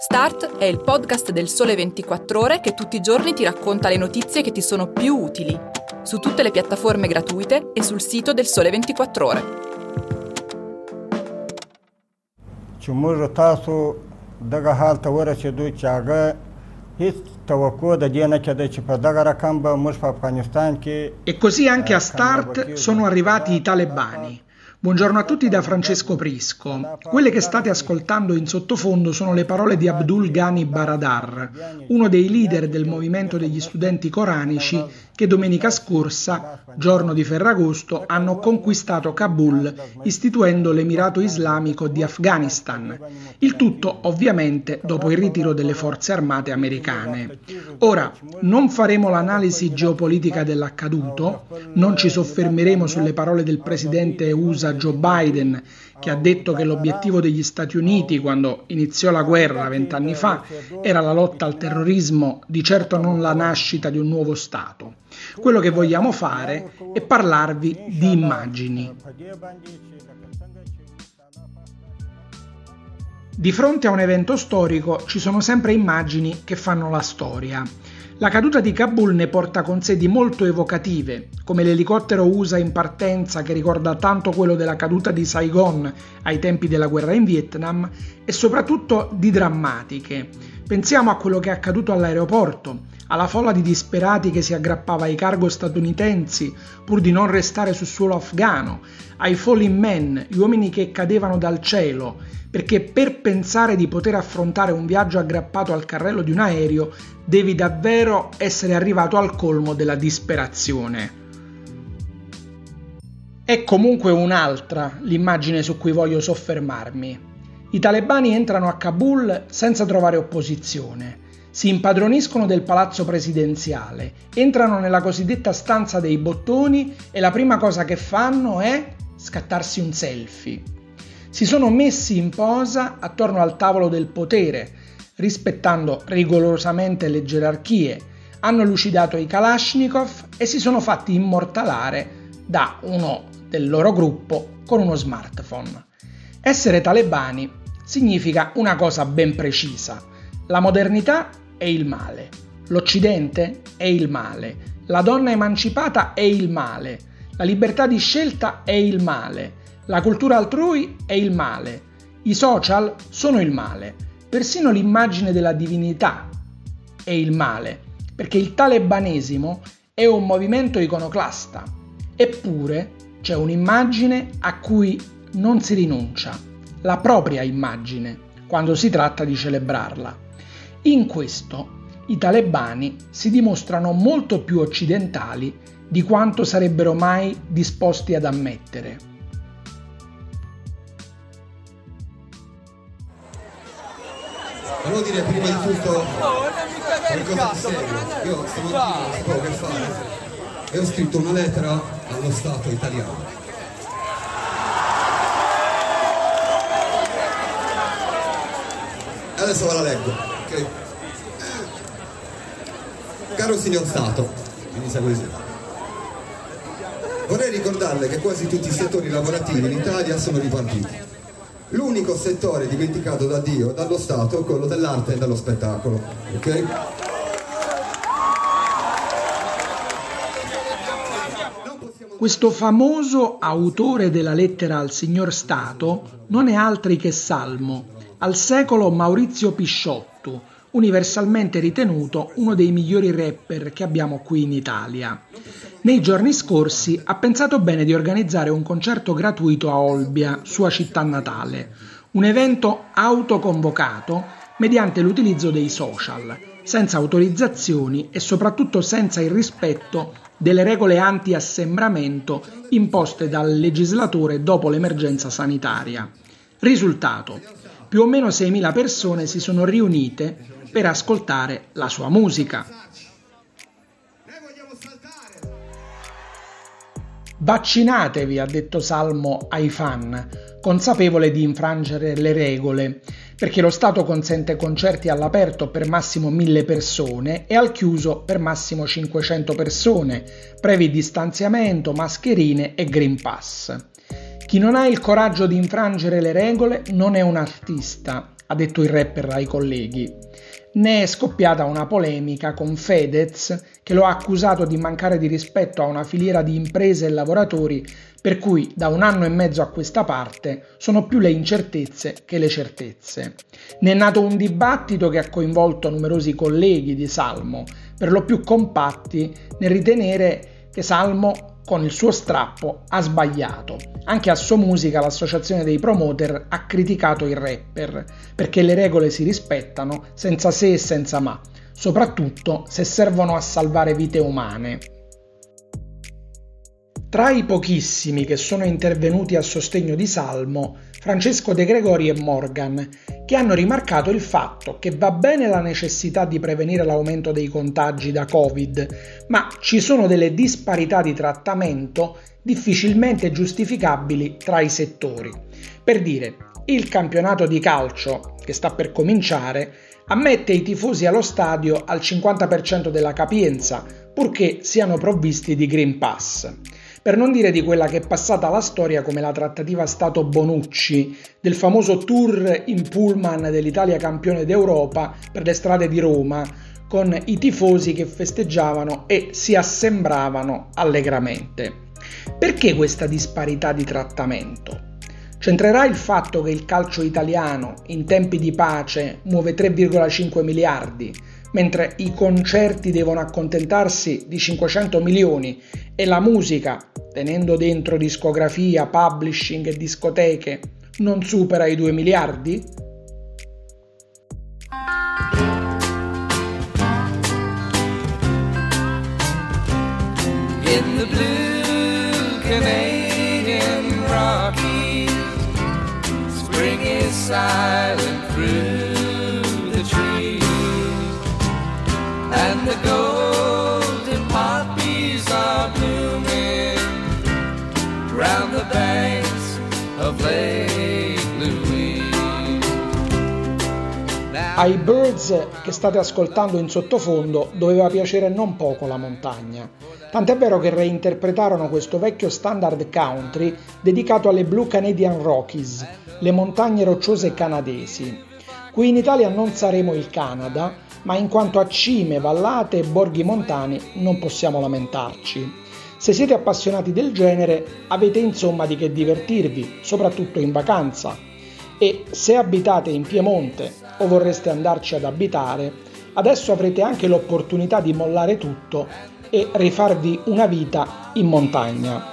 Start è il podcast del Sole 24 Ore che tutti i giorni ti racconta le notizie che ti sono più utili, su tutte le piattaforme gratuite e sul sito del Sole 24 Ore. Ciumur tasu daga halta wara ce du chaga his tawakko da jena che da ci daga rakamba mush Afghanistan che. E così anche a Start sono arrivati i talebani. Buongiorno a tutti da Francesco Prisco. Quelle che state ascoltando in sottofondo sono le parole di Abdul Ghani Baradar, uno dei leader del movimento degli studenti coranici che domenica scorsa, giorno di Ferragosto, hanno conquistato Kabul istituendo l'Emirato Islamico di Afghanistan. Il tutto ovviamente dopo il ritiro delle forze armate americane. Ora, non faremo l'analisi geopolitica dell'accaduto, non ci soffermeremo sulle parole del presidente USA Joe Biden, che ha detto che l'obiettivo degli Stati Uniti quando iniziò la guerra 20 anni fa era la lotta al terrorismo, di certo non la nascita di un nuovo Stato. Quello che vogliamo fare è parlarvi di immagini. Di fronte a un evento storico ci sono sempre immagini che fanno la storia. La caduta di Kabul ne porta con sé di molto evocative, come l'elicottero USA in partenza che ricorda tanto quello della caduta di Saigon ai tempi della guerra in Vietnam, e soprattutto di drammatiche. Pensiamo a quello che è accaduto all'aeroporto, alla folla di disperati che si aggrappava ai cargo statunitensi pur di non restare sul suolo afghano, ai falling men, gli uomini che cadevano dal cielo, perché per pensare di poter affrontare un viaggio aggrappato al carrello di un aereo devi davvero essere arrivato al colmo della disperazione. È comunque un'altra l'immagine su cui voglio soffermarmi. I talebani entrano a Kabul senza trovare opposizione. Si impadroniscono del palazzo presidenziale, entrano nella cosiddetta stanza dei bottoni e la prima cosa che fanno è scattarsi un selfie. Si sono messi in posa attorno al tavolo del potere, rispettando rigorosamente le gerarchie, hanno lucidato i Kalashnikov e si sono fatti immortalare da uno del loro gruppo con uno smartphone. Essere talebani significa una cosa ben precisa: la modernità è il male, l'Occidente è il male, la donna emancipata è il male, la libertà di scelta è il male, la cultura altrui è il male, i social sono il male, persino l'immagine della divinità è il male, perché il talebanesimo è un movimento iconoclasta. Eppure c'è un'immagine a cui non si rinuncia, la propria immagine, quando si tratta di celebrarla. In questo i talebani si dimostrano molto più occidentali di quanto sarebbero mai disposti ad ammettere. Volevo dire prima di tutto qualcosa di serio. Io stamattina non sapevo che fare e ho scritto una lettera allo Stato italiano. Adesso ve la leggo, ok? Caro signor Stato, inizia così. Vorrei ricordarle che quasi tutti i settori lavorativi in Italia sono ripartiti. L'unico settore dimenticato da Dio e dallo Stato è quello dell'arte e dello spettacolo, ok? Questo famoso autore della lettera al signor Stato non è altri che Salmo, al secolo Maurizio Pisciotto, universalmente ritenuto uno dei migliori rapper che abbiamo qui in Italia. Nei giorni scorsi ha pensato bene di organizzare un concerto gratuito a Olbia, sua città natale, un evento autoconvocato mediante l'utilizzo dei social, senza autorizzazioni e soprattutto senza il rispetto delle regole anti-assembramento imposte dal legislatore dopo l'emergenza sanitaria. Risultato: più o meno 6.000 persone si sono riunite per ascoltare la sua musica. Vaccinatevi, ha detto Salmo ai fan, consapevole di infrangere le regole, perché lo Stato consente concerti all'aperto per massimo 1.000 persone e al chiuso per massimo 500 persone, previ distanziamento, mascherine e Green Pass. Chi non ha il coraggio di infrangere le regole non è un artista, ha detto il rapper ai colleghi. Ne è scoppiata una polemica con Fedez, che lo ha accusato di mancare di rispetto a una filiera di imprese e lavoratori per cui da 1 anno e mezzo a questa parte sono più le incertezze che le certezze. Ne è nato un dibattito che ha coinvolto numerosi colleghi di Salmo, per lo più compatti nel ritenere che Salmo con il suo strappo ha sbagliato. Anche a Sua Musica l'associazione dei promoter ha criticato il rapper perché le regole si rispettano senza se e senza ma, soprattutto se servono a salvare vite umane. Tra i pochissimi che sono intervenuti a sostegno di Salmo, Francesco De Gregori e Morgan, che hanno rimarcato il fatto che va bene la necessità di prevenire l'aumento dei contagi da Covid, ma ci sono delle disparità di trattamento difficilmente giustificabili tra i settori. Per dire, il campionato di calcio, che sta per cominciare, ammette i tifosi allo stadio al 50% della capienza, purché siano provvisti di Green Pass. Per non dire di quella che è passata alla storia come la trattativa Stato-Bonucci, del famoso tour in pullman dell'Italia campione d'Europa per le strade di Roma, con i tifosi che festeggiavano e si assembravano allegramente. Perché questa disparità di trattamento? C'entrerà il fatto che il calcio italiano, in tempi di pace, muove 3,5 miliardi, mentre i concerti devono accontentarsi di 500 milioni e la musica, tenendo dentro discografia, publishing e discoteche, non supera i 2 miliardi? In the blue Canadian Rockies, spring is silent through the trees, and the golden poppies are blooming round the banks of Lake Louise. Ai Birds che state ascoltando in sottofondo doveva piacere non poco la montagna, tant'è vero che reinterpretarono questo vecchio standard country dedicato alle Blue Canadian Rockies, le montagne rocciose canadesi. Qui in Italia non saremo il Canada, ma in quanto a cime, vallate e borghi montani non possiamo lamentarci. Se siete appassionati del genere avete insomma di che divertirvi, soprattutto in vacanza. E se abitate in Piemonte o vorreste andarci ad abitare, adesso avrete anche l'opportunità di mollare tutto e rifarvi una vita in montagna.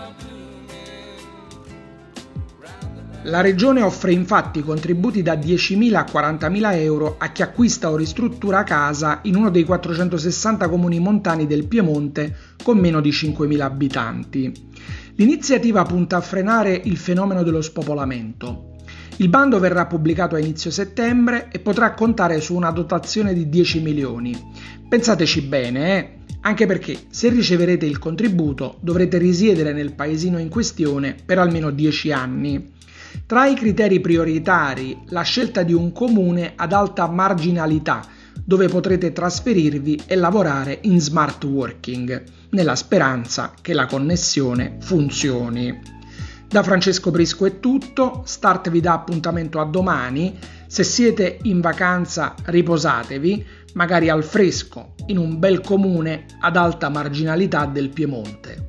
La Regione offre infatti contributi da 10.000 a 40.000 euro a chi acquista o ristruttura casa in uno dei 460 comuni montani del Piemonte con meno di 5.000 abitanti. L'iniziativa punta a frenare il fenomeno dello spopolamento. Il bando verrà pubblicato a inizio settembre e potrà contare su una dotazione di 10 milioni. Pensateci bene, anche perché se riceverete il contributo dovrete risiedere nel paesino in questione per almeno 10 anni. Tra i criteri prioritari, la scelta di un comune ad alta marginalità, dove potrete trasferirvi e lavorare in smart working, nella speranza che la connessione funzioni. Da Francesco Prisco è tutto, Start vi dà appuntamento a domani. Se siete in vacanza riposatevi, magari al fresco, in un bel comune ad alta marginalità del Piemonte.